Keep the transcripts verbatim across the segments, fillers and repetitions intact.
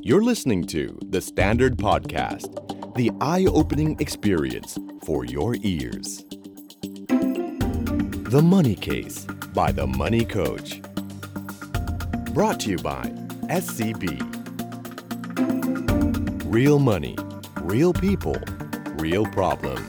You're listening to The Standard Podcast, the eye-opening experience for your ears. The Money Case by The Money Coach. Brought to you by เอส ซี บี Real Money, Real People, Real Problems.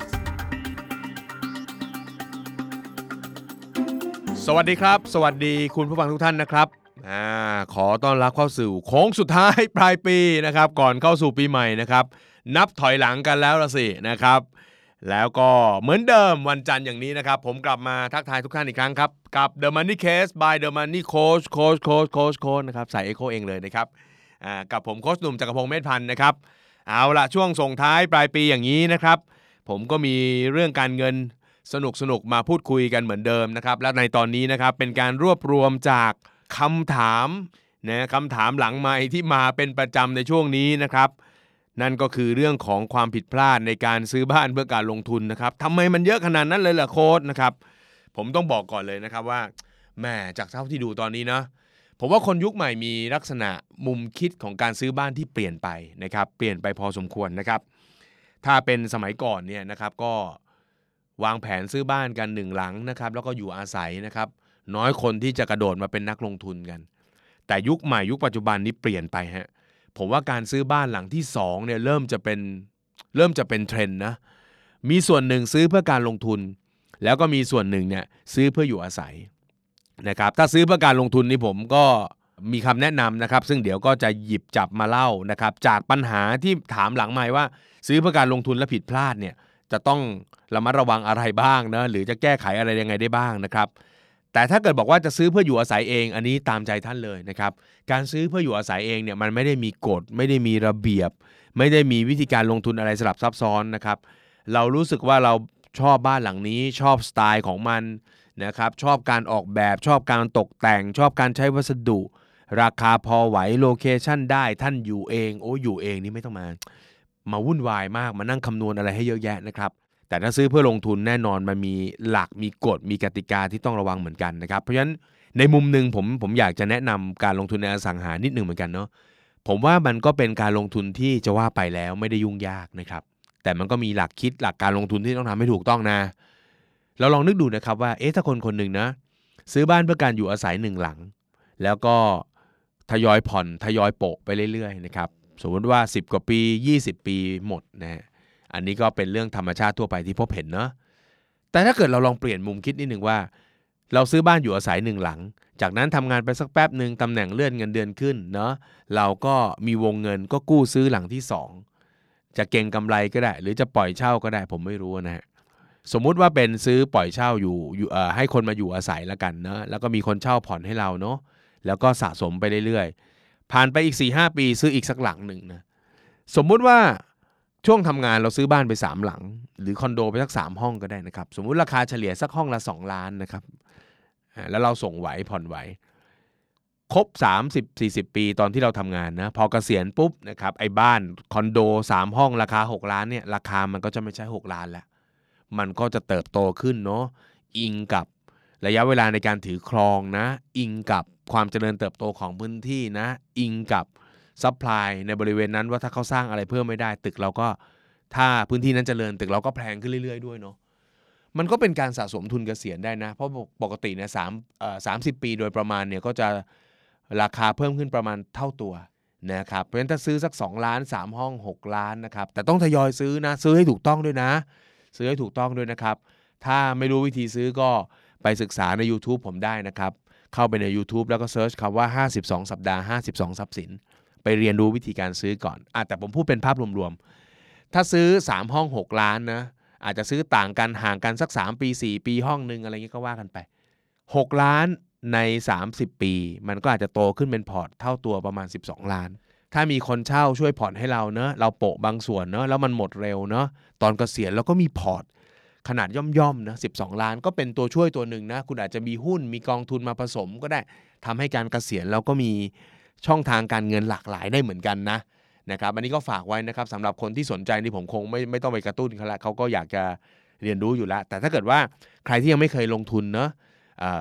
สวัสดีครับสวัสดีคุณผู้ฟังทุกท่านนะครับอ่าขอต้อนรับเข้าสู่โค้งสุดท้ายปลายปีนะครับก่อนเข้าสู่ปีใหม่นะครับนับถอยหลังกันแล้วละสินะครับแล้วก็เหมือนเดิมวันจันทร์อย่างนี้นะครับผมกลับมาทักทายทุกท่านอีกครั้งครับกับ The Money Case by The Money Coach Coach Coach Coach Coach นะครับใส่ Echo เองเลยนะครับอ่ากับผมโค้ชหนุ่มจักรพงษ์เมธพันธ์นะครับเอาละช่วงส่งท้ายปลายปีอย่างนี้นะครับผมก็มีเรื่องการเงินสนุกๆมาพูดคุยกันเหมือนเดิมนะครับและในตอนนี้นะครับเป็นการรวบรวมจากคำถามนะคำถามหลังไมค์ที่มาเป็นประจำในช่วงนี้นะครับนั่นก็คือเรื่องของความผิดพลาดในการซื้อบ้านเพื่อการลงทุนนะครับทำไมมันเยอะขนาดนั้นเลยล่ะโค้ชนะครับผมต้องบอกก่อนเลยนะครับว่าแหมจากเท่าที่ดูตอนนี้นะผมว่าคนยุคใหม่มีลักษณะมุมคิดของการซื้อบ้านที่เปลี่ยนไปนะครับเปลี่ยนไปพอสมควรนะครับถ้าเป็นสมัยก่อนเนี่ยนะครับก็วางแผนซื้อบ้านกันหนึ่งหลังนะครับแล้วก็อยู่อาศัยนะครับน้อยคนที่จะกระโดดมาเป็นนักลงทุนกันแต่ยุคใหม่ยุคปัจจุบันนี้เปลี่ยนไปฮะผมว่าการซื้อบ้านหลังที่สองเนี่ยเริ่มจะเป็นเริ่มจะเป็นเทรนด์นะมีส่วนหนึ่งซื้อเพื่อการลงทุนแล้วก็มีส่วนหนึ่งเนี่ยซื้อเพื่ออยู่อาศัยนะครับถ้าซื้อเพื่อการลงทุนนี่ผมก็มีคำแนะนำนะครับซึ่งเดี๋ยวก็จะหยิบจับมาเล่านะครับจากปัญหาที่ถามหลังไมค์ว่าซื้อเพื่อการลงทุนและผิดพลาดเนี่ยจะต้องระมัดระวังอะไรบ้างนะหรือจะแก้ไขอะไรยังไงได้บ้างนะครับแต่ถ้าเกิดบอกว่าจะซื้อเพื่ออยู่อาศัยเองอันนี้ตามใจท่านเลยนะครับการซื้อเพื่ออยู่อาศัยเองเนี่ยมันไม่ได้มีกฎไม่ได้มีระเบียบไม่ได้มีวิธีการลงทุนอะไรสลับซับซ้อนนะครับเรารู้สึกว่าเราชอบบ้านหลังนี้ชอบสไตล์ของมันนะครับชอบการออกแบบชอบการตกแต่งชอบการใช้วัสดุราคาพอไหวโลเคชั่นได้ท่านอยู่เองโอ้อยู่เองนี่ไม่ต้องมามาวุ่นวายมากมานั่งคำนวณอะไรให้เยอะแยะนะครับแต่ถ้าซื้อเพื่อลงทุนแน่นอนมันมีหลักมีกฎมีกติกาที่ต้องระวังเหมือนกันนะครับเพราะฉะนั้นในมุมนึงผมผมอยากจะแนะนำการลงทุนในอสังหานิดนึงเหมือนกันเนาะผมว่ามันก็เป็นการลงทุนที่จะว่าไปแล้วไม่ได้ยุ่งยากนะครับแต่มันก็มีหลักคิดหลักการลงทุนที่ต้องทำให้ถูกต้องนะเราลองนึกดูนะครับว่าเอ๊ะถ้าคนคนหนึ่งนะซื้อบ้านเพื่อการอยู่อาศัยหนึ่งหลังแล้วก็ทยอยผ่อนทยอยโปะไปเรื่อยๆนะครับสมมติว่าสิบกว่าปียี่สิบปีหมดนะฮะอันนี้ก็เป็นเรื่องธรรมชาติทั่วไปที่พบเห็นเนาะแต่ถ้าเกิดเราลองเปลี่ยนมุมคิดนิดนึงว่าเราซื้อบ้านอยู่อาศัยหนึ่งหลังจากนั้นทำงานไปสักแป๊บนึงตำแหน่งเลื่อนเงินเดือนขึ้นเนาะเราก็มีวงเงินก็กู้ซื้อหลังที่สองจะเก็งกำไรก็ได้หรือจะปล่อยเช่าก็ได้ผมไม่รู้นะฮะสมมุติว่าเป็นซื้อปล่อยเช่าอยู่อยู่เอ่อให้คนมาอยู่อาศัยแล้วกันเนาะแล้วก็มีคนเช่าผ่อนให้เราเนาะแล้วก็สะสมไปเรื่อยๆผ่านไปอีก สี่ห้า ปีซื้ออีกสักหลังนึงนะสมมุติว่าช่วงทำงานเราซื้อบ้านไปสามหลังหรือคอนโดไปสักสามห้องก็ได้นะครับสมมุติราคาเฉลี่ยสักห้องละสองล้านนะครับแล้วเราส่งไหวผ่อนไหวครบสามสิบ สี่สิบปีตอนที่เราทำงานนะพอเกษียณปุ๊บนะครับไอ้บ้านคอนโดสามห้องราคาหกล้านเนี่ยราคามันก็จะไม่ใช่หกล้านแล้วมันก็จะเติบโตขึ้นเนาะอิงกับระยะเวลาในการถือครองนะอิงกับความเจริญเติบโตของพื้นที่นะอิงกับซัพพลายในบริเวณนั้นว่าถ้าเขาสร้างอะไรเพิ่มไม่ได้ตึกเราก็ถ้าพื้นที่นั้นเจริญตึกเราก็แพงขึ้นเรื่อยๆด้วยเนาะมันก็เป็นการสะสมทุนเกษียณได้นะเพราะปกติเนี่ยสามเอ่อสามสิบปีโดยประมาณเนี่ยก็จะราคาเพิ่มขึ้นประมาณเท่าตัวนะครับเพราะฉะนั้นถ้าซื้อสักสองล้านสามห้องหกล้านนะครับแต่ต้องทยอยซื้อนะซื้อให้ถูกต้องด้วยนะซื้อให้ถูกต้องด้วยนะครับถ้าไม่รู้วิธีซื้อก็ไปศึกษาใน YouTube ผมได้นะครับเข้าไปใน YouTube แล้วก็เซิร์ชคำว่าห้าสิบสองสัปดาห์ห้าสิบสองทรัพย์สินไปเรียนรู้วิธีการซื้อก่อนอ่ะแต่ผมพูดเป็นภาพรวมๆถ้าซื้อสามห้องหกล้านนะอาจจะซื้อต่างกันห่างกันสักสามปีสี่ปีห้องนึงอะไรเงี้ยก็ว่ากันไปหกล้านในสามสิบปีมันก็อาจจะโตขึ้นเป็นพอร์ตเท่าตัวประมาณสิบสองล้านถ้ามีคนเช่าช่วยผ่อนให้เราเนอะเราโปะบางส่วนเนอะแล้วมันหมดเร็วเนอะตอนเกษียณเราก็มีพอร์ตขนาดย่อมๆนะสิบสองล้านก็เป็นตัวช่วยตัวหนึ่งนะคุณอาจจะมีหุ้นมีกองทุนมาผสมก็ได้ทำให้การเกษียณเราก็มีช่องทางการเงินหลากหลายได้เหมือนกันนะนะครับอันนี้ก็ฝากไว้นะครับสำหรับคนที่สนใจนี่ผมคงไม่ไม่ต้องไปกระตุ้นเขาละเขาก็อยากจะเรียนรู้อยู่แล้วแต่ถ้าเกิดว่าใครที่ยังไม่เคยลงทุนเนอะ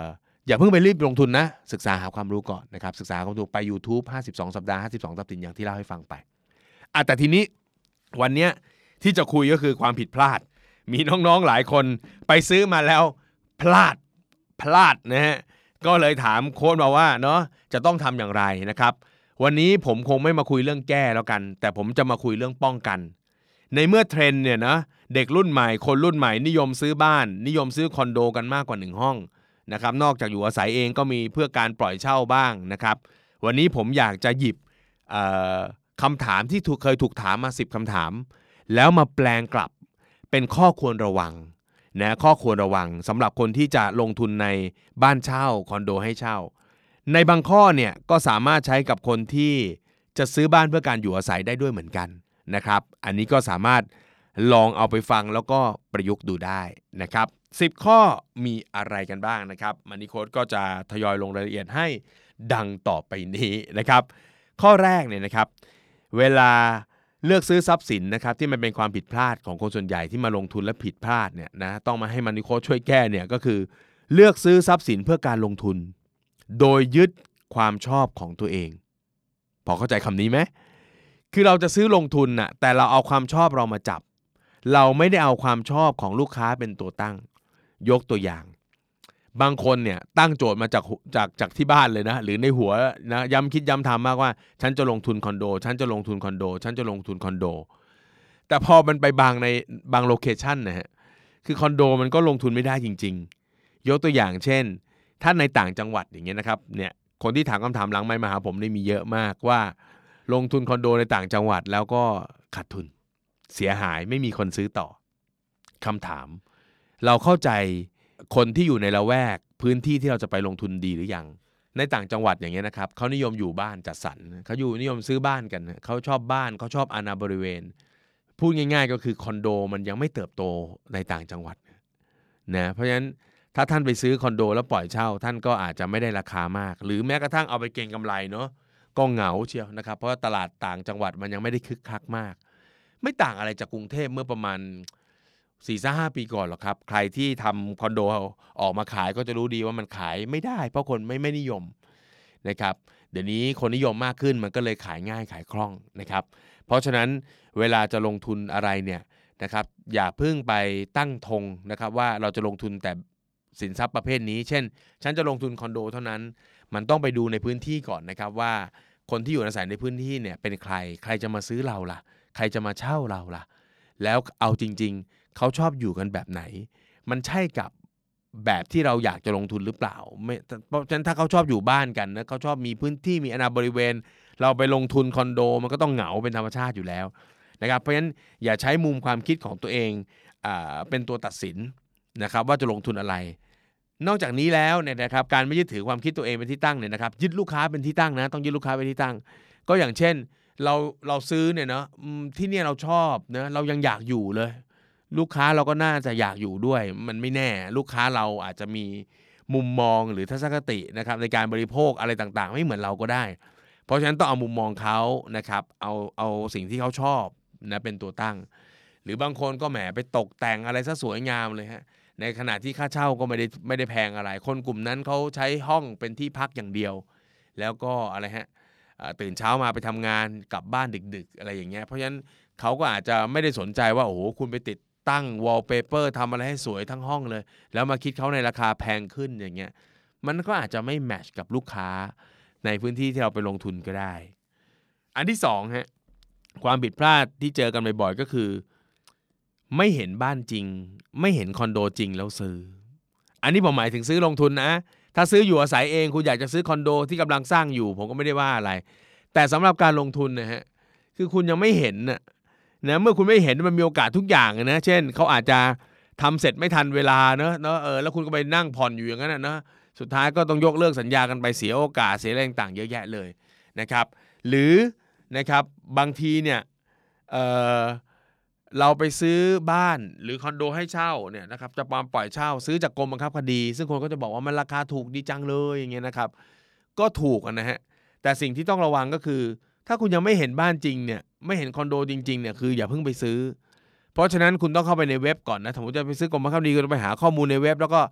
อย่าเพิ่งไปรีบลงทุนนะศึกษาหาความรู้ก่อนนะครับศึกษาความรู้ไป YouTube ห้าสิบสองสัปดาห์ห้าสิบสองทรัพย์สินอย่างที่เล่าให้ฟังไปอ่ะแต่ทีนี้วันเนี้ยที่จะคุยก็คือความผิดพลาดมีน้องๆหลายคนไปซื้อมาแล้วพลาดพลาดนะฮะก็เลยถามโค้ชมาว่าเนาะจะต้องทำอย่างไรนะครับวันนี้ผมคงไม่มาคุยเรื่องแก้แล้วกันแต่ผมจะมาคุยเรื่องป้องกันในเมื่อเทรนด์เนี่ยนะเด็กรุ่นใหม่คนรุ่นใหม่นิยมซื้อบ้านนิยมซื้อคอนโดกันมากกว่าหนึ่งห้องนะครับนอกจากอยู่อาศัยเองก็มีเพื่อการปล่อยเช่าบ้างนะครับวันนี้ผมอยากจะหยิบคำถามที่ถูกเคยถูกถามมาสิบคำถามแล้วมาแปลงกลับเป็นข้อควรระวังนะข้อควรระวังสำหรับคนที่จะลงทุนในบ้านเช่าคอนโดให้เช่าในบางข้อเนี่ยก็สามารถใช้กับคนที่จะซื้อบ้านเพื่อการอยู่อาศัยได้ด้วยเหมือนกันนะครับอันนี้ก็สามารถลองเอาไปฟังแล้วก็ประยุกต์ดูได้นะครับสิบข้อมีอะไรกันบ้างนะครับมันนี่โค้ชก็จะทยอยลงรายละเอียดให้ดังต่อไปนี้นะครับข้อแรกเนี่ยนะครับเวลาเลือกซื้อทรัพย์สินนะครับที่มันเป็นความผิดพลาดของคนส่วนใหญ่ที่มาลงทุนและผิดพลาดเนี่ยนะต้องมาให้มันนี่โค้ชช่วยแก้เนี่ยก็คือเลือกซื้อทรัพย์สินเพื่อการลงทุนโดยยึดความชอบของตัวเองพอเข้าใจคำนี้ไหมคือเราจะซื้อลงทุนน่ะแต่เราเอาความชอบเรามาจับเราไม่ได้เอาความชอบของลูกค้าเป็นตัวตั้งยกตัวอย่างบางคนเนี่ยตั้งโจทย์มาจากจากจากที่บ้านเลยนะหรือในหัวนะย้ำคิดย้ำทำมากว่าฉันจะลงทุนคอนโดฉันจะลงทุนคอนโดฉันจะลงทุนคอนโดแต่พอมันไปบางในบางโลเคชันนะฮะคือคอนโดมันก็ลงทุนไม่ได้จริงๆยกตัวอย่างเช่นถ้าในต่างจังหวัดอย่างเงี้ยนะครับเนี่ยคนที่ถามคำถามหลังไมค์มาหาผมนี่มีเยอะมากว่าลงทุนคอนโดในต่างจังหวัดแล้วก็ขาดทุนเสียหายไม่มีคนซื้อต่อคำถามเราเข้าใจคนที่อยู่ในละแวกพื้นที่ที่เราจะไปลงทุนดีหรือยังในต่างจังหวัดอย่างเงี้ยนะครับเขานิยมอยู่บ้านจัดสรรเขาอยู่นิยมซื้อบ้านกันเขาชอบบ้านเขาชอบอาณาบริเวณพูดง่ายๆก็คือคอนโดมันยังไม่เติบโตในต่างจังหวัดนะเพราะฉะนั้นถ้าท่านไปซื้อคอนโดแล้วปล่อยเช่าท่านก็อาจจะไม่ได้ราคามากหรือแม้กระทั่งเอาไปเก็งกำไรเนาะก็เหงาเชียวนะครับเพราะว่าตลาดต่างจังหวัดมันยังไม่ได้คึกคักมากไม่ต่างอะไรจากกรุงเทพเมื่อประมาณ สี่ถึงห้า ปีก่อนหรอกครับใครที่ทำคอนโดออกมาขายก็จะรู้ดีว่ามันขายไม่ได้เพราะคนไม่ไม่นิยมนะครับเดี๋ยวนี้คนนิยมมากขึ้นมันก็เลยขายง่ายขายคล่องนะครับเพราะฉะนั้นเวลาจะลงทุนอะไรเนี่ยนะครับอย่าเพิ่งไปตั้งธงนะครับว่าเราจะลงทุนแต่สินทรัพย์ประเภทนี้เช่นฉันจะลงทุนคอนโดเท่านั้นมันต้องไปดูในพื้นที่ก่อนนะครับว่าคนที่อยู่อาศัยในพื้นที่เนี่ยเป็นใครใครจะมาซื้อเราล่ะใครจะมาเช่าเราล่ะแล้วเอาจริงๆเขาชอบอยู่กันแบบไหนมันใช่กับแบบที่เราอยากจะลงทุนหรือเปล่าไม่เพราะฉะนั้นถ้าเขาชอบอยู่บ้านกันนะเขาชอบมีพื้นที่มีอาณาบริเวณเราไปลงทุนคอนโดมันก็ต้องเหงาเป็นธรรมชาติอยู่แล้วนะครับเพราะฉะนั้นอย่าใช้มุมความคิดของตัวเองอ่าเป็นตัวตัดสินนะครับว่าจะลงทุนอะไรนอกจากนี้แล้วเนี่ยนะครับการไม่ยึดถือความคิดตัวเองเป็นที่ตั้งเนี่ยนะครับยึดลูกค้าเป็นที่ตั้งนะต้องยึดลูกค้าเป็นที่ตั้งก็อย่างเช่นเราเราซื้อเนี่ยเนาะที่เนี่ยเราชอบนะเรายังอยากอยู่เลยลูกค้าเราก็น่าจะอยากอยู่ด้วยมันไม่แน่ลูกค้าเราอาจจะมีมุมมองหรือทัศนคตินะครับในการบริโภคอะไรต่างๆไม่เหมือนเราก็ได้เพราะฉะนั้นต้องเอามุมมองเขานะครับเอาเอาสิ่งที่เขาชอบนะเป็นตัวตั้งหรือบางคนก็แหมไปตกแต่งอะไรซะสวยงามเลยฮะในขณะที่ค่าเช่าก็ไม่ได้ไม่ได้แพงอะไรคนกลุ่มนั้นเขาใช้ห้องเป็นที่พักอย่างเดียวแล้วก็อะไรฮะตื่นเช้ามาไปทำงานกลับบ้านดึกๆอะไรอย่างเงี้ยเพราะฉะนั้นเขาก็อาจจะไม่ได้สนใจว่าโอ้โหคุณไปติดตั้งวอลเปเปอร์ทำอะไรให้สวยทั้งห้องเลยแล้วมาคิดเขาในราคาแพงขึ้นอย่างเงี้ยมันก็อาจจะไม่แมทช์กับลูกค้าในพื้นที่ที่เราไปลงทุนก็ได้อันที่สองฮะความผิดพลาดที่เจอกันบ่อยๆก็คือไม่เห็นบ้านจริงไม่เห็นคอนโดจริงแล้วซื้ออันนี้ผมหมายถึงซื้อลงทุนนะถ้าซื้ออยู่อาศัยเองคุณอยากจะซื้อคอนโดที่กำลังสร้างอยู่ผมก็ไม่ได้ว่าอะไรแต่สำหรับการลงทุนนะฮะคือคุณยังไม่เห็นนะนะเมื่อคุณไม่เห็นมันมีโอกาสทุกอย่างนะเช่นเขาอาจจะทำเสร็จไม่ทันเวลาเนอะเนอะเออแล้วคุณก็ไปนั่งผ่อนอยู่อย่างนั้นนะนะสุดท้ายก็ต้องยกเลิกสัญญากันไปเสียโอกาสเสียอะไรต่างๆเยอะแยะเลยนะครับหรือนะครับบางทีเนี่ยเออเราไปซื้อบ้านหรือคอนโดให้เช่าเนี่ยนะครับจะปล่อยเช่าซื้อจากกรมบังคับคดีซึ่งคนก็จะบอกว่ามันราคาถูกดีจังเลยอย่างเงี้ยนะครับก็ถูกนะฮะแต่สิ่งที่ต้องระวังก็คือถ้าคุณยังไม่เห็นบ้านจริงเนี่ยไม่เห็นคอนโดจริงๆเนี่ยคืออย่าเพิ่งไปซื้อเพราะฉะนั้นคุณต้องเข้าไปในเว็บก่อนนะสมมติจะไปซื้อกรมบังคับคดีก็ต้องไปหาข้อมูลในเว็บแล้วก็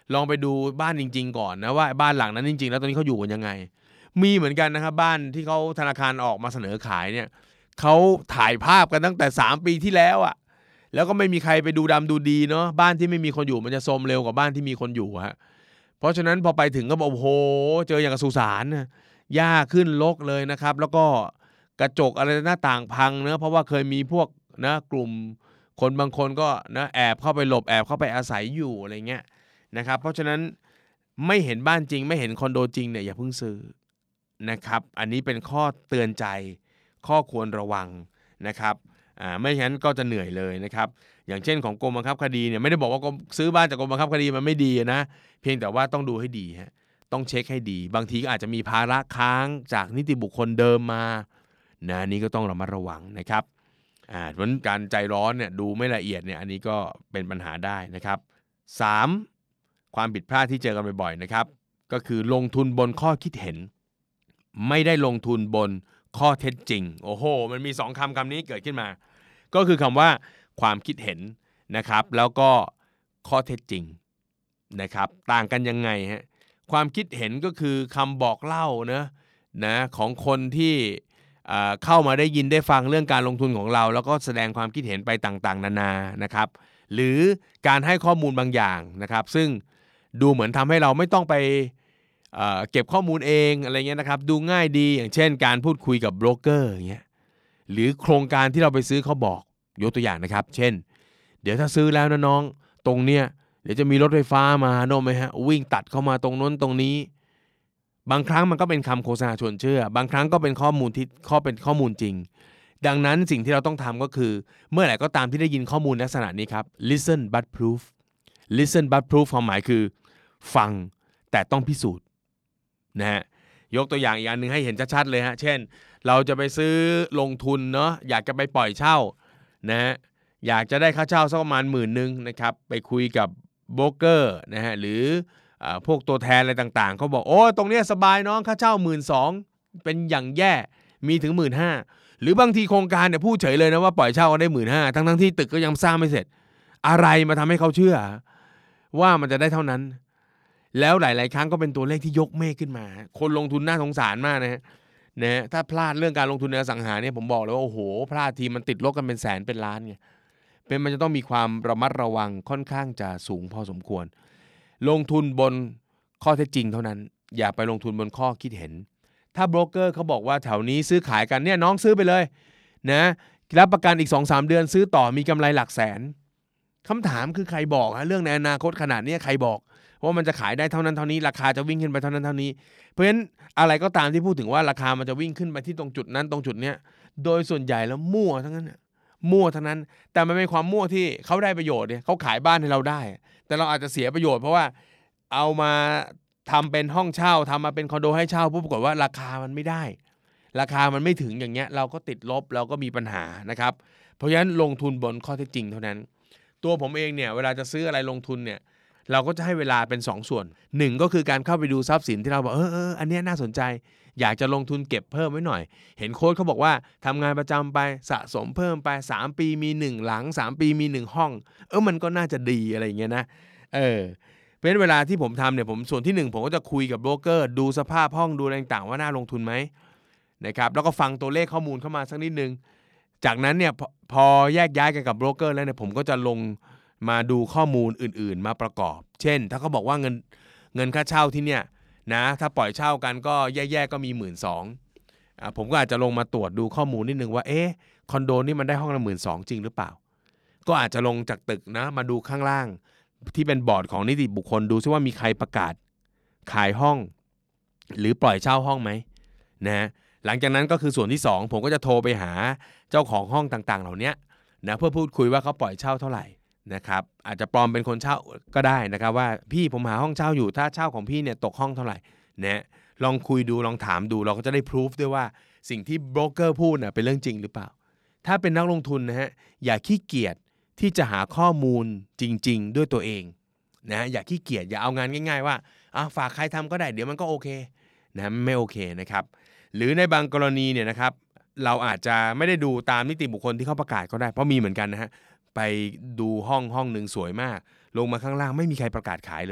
ลองไปดูบ้านจริงๆก่อนนะว่าบ้านหลังนั้นจริงๆแล้วตอนนี้เขาอยู่กันยังไงมีเหมือนกันนะครับบ้านที่เขาธนาคารออกมาเสนอขายเนี่ยเขาถ่ายภาพกันตั้งแต่สามปีที่แล้วอะแล้วก็ไม่มีใครไปดูดำดูดีเนาะบ้านที่ไม่มีคนอยู่มันจะโทรมเร็วกว่าบ้านที่มีคนอยู่ฮะเพราะฉะนั้นพอไปถึงก็บอกโอ้โหเจออย่างกับสุสานนะหญ้าขึ้นรกเลยนะครับแล้วก็กระจกอะไรหน้าต่างพังเนอะเพราะว่าเคยมีพวกนะกลุ่มคนบางคนก็นะแอบเข้าไปหลบแอบเข้าไปอาศัยอยู่อะไรเงี้ยนะครับเพราะฉะนั้นไม่เห็นบ้านจริงไม่เห็นคอนโดจริงเนี่ยอย่าเพิ่งซื้อนะครับอันนี้เป็นข้อเตือนใจข้อควรระวังนะครับอ่าไม่งั้นก็จะเหนื่อยเลยนะครับอย่างเช่นของกรมบังคับคดีเนี่ยไม่ได้บอกว่ากรมซื้อบ้านจากกรมบังคับคดีมันไม่ดีนะเพียงแต่ว่าต้องดูให้ดีฮะต้องเช็คให้ดีบางทีก็อาจจะมีภาระค้างจากนิติบุคคลเดิมมานะนี่ก็ต้องระมัดระวังนะครับอ่าเพราะการใจร้อนเนี่ยดูไม่ละเอียดเนี่ยอันนี้ก็เป็นปัญหาได้นะครับสามความผิดพลาดที่เจอกันบ่อยๆนะครับก็คือลงทุนบนข้อคิดเห็นไม่ได้ลงทุนบนข้อเท็จจริงโอ้โหมันมีสองคำคำนี้เกิดขึ้นมาก็คือคำว่าความคิดเห็นนะครับแล้วก็ข้อเท็จจริงนะครับต่างกันยังไงฮะความคิดเห็นก็คือคำบอกเล่านะนะของคนที่เข้ามาได้ยินได้ฟังเรื่องการลงทุนของเราแล้วก็แสดงความคิดเห็นไปต่างๆนานานะครับหรือการให้ข้อมูลบางอย่างนะครับซึ่งดูเหมือนทำให้เราไม่ต้องไปเอ่อเก็บข้อมูลเองอะไรเงี้ยนะครับดูง่ายดีอย่างเช่นการพูดคุยกับโบรกเกอร์อย่างเงี้ยหรือโครงการที่เราไปซื้อเขาบอกยกตัวอย่างนะครับเช่นเดี๋ยวถ้าซื้อแล้วนะน้องตรงเนี้ยเดี๋ยวจะมีรถไฟฟ้ามาโน้มไหมฮะวิ่งตัดเข้ามาตรงนู้นตรงนี้บางครั้งมันก็เป็นคำโฆษณาชวนเชื่อบางครั้งก็เป็นข้อมูลที่ข้อเป็นข้อมูลจริงดังนั้นสิ่งที่เราต้องทำก็คือเมื่อไหร่ก็ตามที่ได้ยินข้อมูลลักษณะนี้ครับ listen but proof listen but proof ความหมายคือฟังแต่ต้องพิสูจน์นะฮะยกตัวอย่างอีกอันนึงให้เห็นชัดๆเลยฮะเช่นเราจะไปซื้อลงทุนเนาะอยากจะไปปล่อยเช่านะฮะอยากจะได้ค่าเช่าสักประมาณหมื่นนึงนะครับไปคุยกับโบรกเกอร์นะฮะหรือพวกตัวแทนอะไรต่างๆเขาบอกโอ้ตรงนี้สบายน้องค่าเช่า หนึ่งหมื่นสองพัน เป็นอย่างแย่มีถึง หนึ่งหมื่นห้าพัน หรือบางทีโครงการเนี่ยพูดเฉยเลยนะว่าปล่อยเช่าก็ได้ หนึ่งหมื่นห้าพัน ทั้งๆที่ตึกก็ยังสร้างไม่เสร็จอะไรมาทำให้เขาเชื่อว่ามันจะได้เท่านั้นแล้วหลายๆครั้งก็เป็นตัวเลขที่ยกเมฆขึ้นมาคนลงทุนน่าสงสารมากนะฮะนะถ้าพลาดเรื่องการลงทุนในอสังหาเนี่ยผมบอกเลยว่าโอ้โหพลาดทีมันติดลบกันเป็นแสนเป็นล้านไงเป็นมันจะต้องมีความระมัดระวังค่อนข้างจะสูงพอสมควรลงทุนบนข้อเท็จจริงเท่านั้นอย่าไปลงทุนบนข้อคิดเห็นถ้าโบรกเกอร์เขาบอกว่าแถวนี้ซื้อขายกันเนี่ยน้องซื้อไปเลยนะรับประกันอีก สองสาม เดือนซื้อต่อมีกำไรหลักแสนคำถามคือใครบอกฮะเรื่องในอนาคตขนาดนี้ใครบอกว่ามันจะขายได้เท่านั้นเท่านี้ราคาจะวิ่งขึ้นไปเท่านั้นเท่านี้เพราะฉะนั้นอะไรก็ตามที่พูดถึงว่าราคามันจะวิ่งขึ้นไปที่ตรงจุดนั้นตรงจุดเนี้ยโดยส่วนใหญ่แล้วมั่วทั้งนั้นมั่วทั้งนั้นแต่มันเป็นความมั่วที่เขาได้ประโยชน์เนี่ยเขาขายบ้านให้เราได้แต่เราอาจจะเสียประโยชน์เพราะว่าเอามาทำเป็นห้องเช่าทำมาเป็นคอนโดให้เช่าปรากฏว่าราคามันไม่ได้ราคามันไม่ถึงอย่างเงี้ยเราก็ติดลบเราก็มีปัญหานะครับเพราะฉะนั้นลงทุนบนข้อเท็จจริงเท่านั้นตัวผมเองเนี่ยเวลาจะซื้ออะไรลงทุนเนี่ยเราก็จะให้เวลาเป็นสองส่วนหนึ่งก็คือการเข้าไปดูทรัพย์สินที่เราบอกเออเอออันนี้น่าสนใจอยากจะลงทุนเก็บเพิ่มไว้หน่อยเห็นโค้ชเขาบอกว่าทำงานประจำไปสะสมเพิ่มไปสามปีมีหนึ่งหลังสามปีมีหนึ่งห้องเออมันก็น่าจะดีอะไรอย่างเงี้ยนะเออเพราะฉะนั้นเวลาที่ผมทำเนี่ยผมส่วนที่หนึ่งผมก็จะคุยกับโบรกเกอร์ดูสภาพห้องดูอะไรต่างๆว่าน่าลงทุนไหมนะครับแล้วก็ฟังตัวเลขข้อมูลเข้ามาสักนิดนึงจากนั้นเนี่ยพอพอแยกย้ายกันกับโบรกเกอร์แล้วเนี่ยผมก็จะลงมาดูข้อมูลอื่นๆมาประกอบเช่นถ้าเขาบอกว่าเงินเงินค่าเช่าที่เนี่ยนะถ้าปล่อยเช่ากันก็แย่ๆก็มี หนึ่งหมื่นสองพัน อ่าผมก็อาจจะลงมาตรวจดูข้อมูลนิดนึงว่าเอ๊ะคอนโดนี่มันได้ห้องละ หนึ่งหมื่นสองพัน จริงหรือเปล่าก็อาจจะลงจากตึกนะมาดูข้างล่างที่เป็นบอร์ดของนิติบุคคลดูซิว่ามีใครประกาศขายห้องหรือปล่อยเช่าห้องไหมนะหลังจากนั้นก็คือส่วนที่สองผมก็จะโทรไปหาเจ้าของห้องต่างๆเหล่านี้นะเพื่อพูดคุยว่าเขาปล่อยเช่าเท่าไหร่นะครับอาจจะปลอมเป็นคนเช่าก็ได้นะครับว่าพี่ผมหาห้องเช่าอยู่ถ้าเช่าของพี่เนี่ยตกห้องเท่าไหร่นะลองคุยดูลองถามดูเราก็จะได้พิสูจด้วยว่าสิ่งที่โบรกเกอร์พูดน่ะเป็นเรื่องจริงหรือเปล่าถ้าเป็นนักลงทุนนะฮะอย่าขี้เกียจที่จะหาข้อมูลจริงๆด้วยตัวเองนะอย่าขี้เกียจอย่าเอางานง่ายๆว่าอ่ะฝากใครทำก็ได้เดี๋ยวมันก็โอเคนะไม่โอเคนะครับหรือในบางกรณีเนี่ยนะครับเราอาจจะไม่ได้ดูตามนิติบุคคลที่เขาประกาศก็ได้เพราะมีเหมือนกันนะฮะไปดูห้องห้องนึงสวยมากลงมาข้างล่างไม่มีใครประกาศขายเลย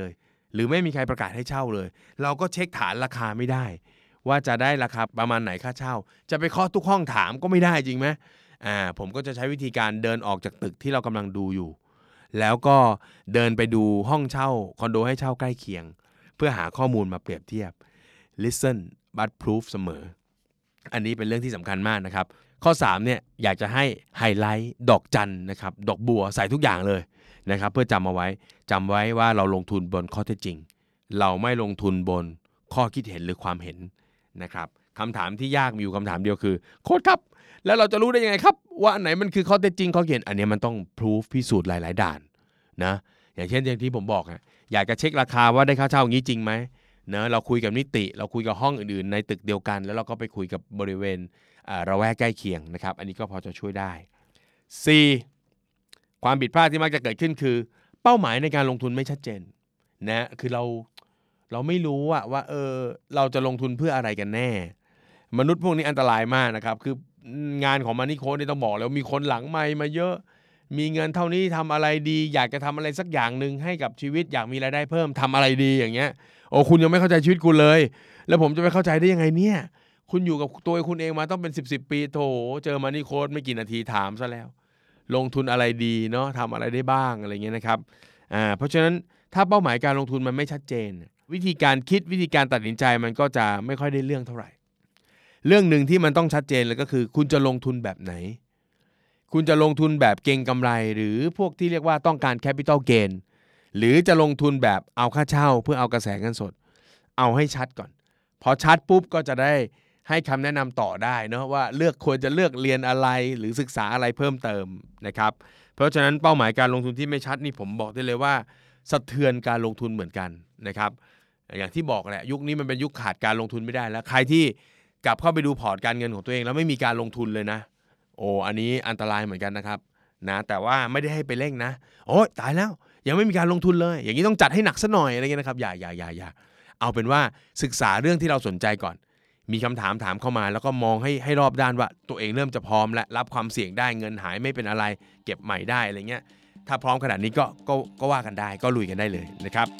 หรือไม่มีใครประกาศให้เช่าเลยเราก็เช็คฐานราคาไม่ได้ว่าจะได้ราคาประมาณไหนค่าเช่าจะไปเคาะทุกห้องถามก็ไม่ได้จริงไหมอ่าผมก็จะใช้วิธีการเดินออกจากตึกที่เรากำลังดูอยู่แล้วก็เดินไปดูห้องเช่าคอนโดให้เช่าใกล้เคียงเพื่อหาข้อมูลมาเปรียบเทียบ listen but proof เสมออันนี้เป็นเรื่องที่สำคัญมากนะครับข้อสามเนี่ยอยากจะให้ไฮไลท์ดอกจันนะครับดอกบัวใส่ทุกอย่างเลยนะครับเพื่อจำเอาไว้จำไว้ว่าเราลงทุนบนข้อเท็จจริงเราไม่ลงทุนบนข้อคิดเห็นหรือความเห็นนะครับคำถามที่ยากมีอยู่คำถามเดียวคือโค้ชครับแล้วเราจะรู้ได้ยังไงครับว่าอันไหนมันคือข้อเท็จจริงข้อเขียนอันนี้มันต้องพิสูจพิสูจน์หลายๆด่านนะอย่างเช่นอย่างที่ผมบอกอะอยากจะเช็คราคาว่าได้ค่าเช่าอย่างนี้จริงไหมเนะเราคุยกับนิติเราคุยกับห้องอื่นๆในตึกเดียวกันแล้วเราก็ไปคุยกับบริเวณระแวกใกล้เคียงนะครับอันนี้ก็พอจะช่วยได้ สี่ ความผิดพลาดที่มักจะเกิดขึ้นคือเป้าหมายในการลงทุนไม่ชัดเจนนะคือเราเราไม่รู้อะว่าเออเราจะลงทุนเพื่ออะไรกันแน่มนุษย์พวกนี้อันตรายมากนะครับคืองานของมันนี่โค้ชนี่ต้องบอกแล้วมีคนหลังไมค์มาเยอะมีเงินเท่านี้ทำอะไรดีอยากจะทำอะไรสักอย่างนึงให้กับชีวิตอยากมีรายได้เพิ่มทำอะไรดีอย่างเงี้ยโอ้คุณยังไม่เข้าใจชีวิตคุณเลยแล้วผมจะไปเข้าใจได้ยังไงเนี่ยคุณอยู่กับตัวคุณเองมาต้องเป็นสิบ สิบปีโถเจอมานี่โค้ชไม่กี่นาทีถามซะแล้วลงทุนอะไรดีเนาะทำอะไรได้บ้างอะไรเงี้ยนะครับอ่าเพราะฉะนั้นถ้าเป้าหมายการลงทุนมันไม่ชัดเจนวิธีการคิดวิธีการตัดสินใจมันก็จะไม่ค่อยได้เรื่องเท่าไหร่เรื่องหนึ่งที่มันต้องชัดเจนเลยก็คือคุณจะลงทุนแบบไหนคุณจะลงทุนแบบเก็งกำไรหรือพวกที่เรียกว่าต้องการ capital gain หรือจะลงทุนแบบเอาค่าเช่าเพื่อเอากระแสเงินสดเอาให้ชัดก่อนพอชัดปุ๊บก็จะได้ให้คำแนะนำต่อได้เนาะว่าเลือกควรจะเลือกเรียนอะไรหรือศึกษาอะไรเพิ่มเติมนะครับเพราะฉะนั้นเป้าหมายการลงทุนที่ไม่ชัดนี่ผมบอกได้เลยว่าสะเทือนการลงทุนเหมือนกันนะครับอย่างที่บอกแหละยุคนี้มันเป็นยุคขาดการลงทุนไม่ได้แล้วใครที่กลับเข้าไปดูพอร์ตการเงินของตัวเองแล้วไม่มีการลงทุนเลยนะโอ้อันนี้อันตรายเหมือนกันนะครับนะแต่ว่าไม่ได้ให้ไปเร่งนะโอ้ตายแล้วยังไม่มีการลงทุนเลยอย่างนี้ต้องจัดให้หนักซะหน่อยอะไรเงี้ยนะครับอย่าอย่าอย่าอย่าเอาเป็นว่าศึกษาเรื่องที่เราสนใจก่อนมีคำถามถามเข้ามาแล้วก็มองให้ให้รอบด้านว่าตัวเองเริ่มจะพร้อมและรับความเสี่ยงได้เงินหายไม่เป็นอะไรเก็บใหม่ได้อะไรเงี้ยถ้าพร้อมขนาดนี้ก็ก็ก็ว่ากันได้ก็ลุยกันได้เลยนะครับ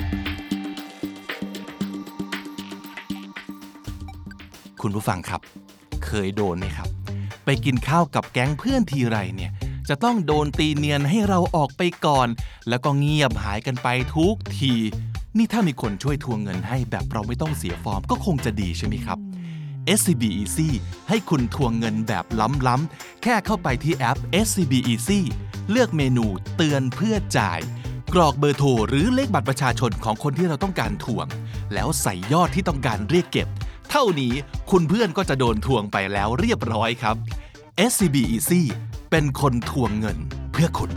คุณผู้ฟังครับเคยโดนไหมครับไปกินข้าวกับแก๊งเพื่อนทีไรเนี่ยจะต้องโดนตีเนียนให้เราออกไปก่อนแล้วก็เงียบหายกันไปทุกทีนี่ถ้ามีคนช่วยทวงเงินให้แบบเราไม่ต้องเสียฟอร์มก็คงจะดีใช่ไหมครับ เอส ซี บี Easy ให้คุณทวงเงินแบบล้ำๆแค่เข้าไปที่แอป เอส ซี บี Easy เลือกเมนูเตือนเพื่อจ่ายกรอกเบอร์โทรหรือเลขบัตรประชาชนของคนที่เราต้องการทวงแล้วใส่ยอดที่ต้องการเรียกเก็บเท่านี้คุณเพื่อนก็จะโดนทวงไปแล้วเรียบร้อยครับ เอส ซี บี Easy เป็นคนทวงเงินเพื่อคุณ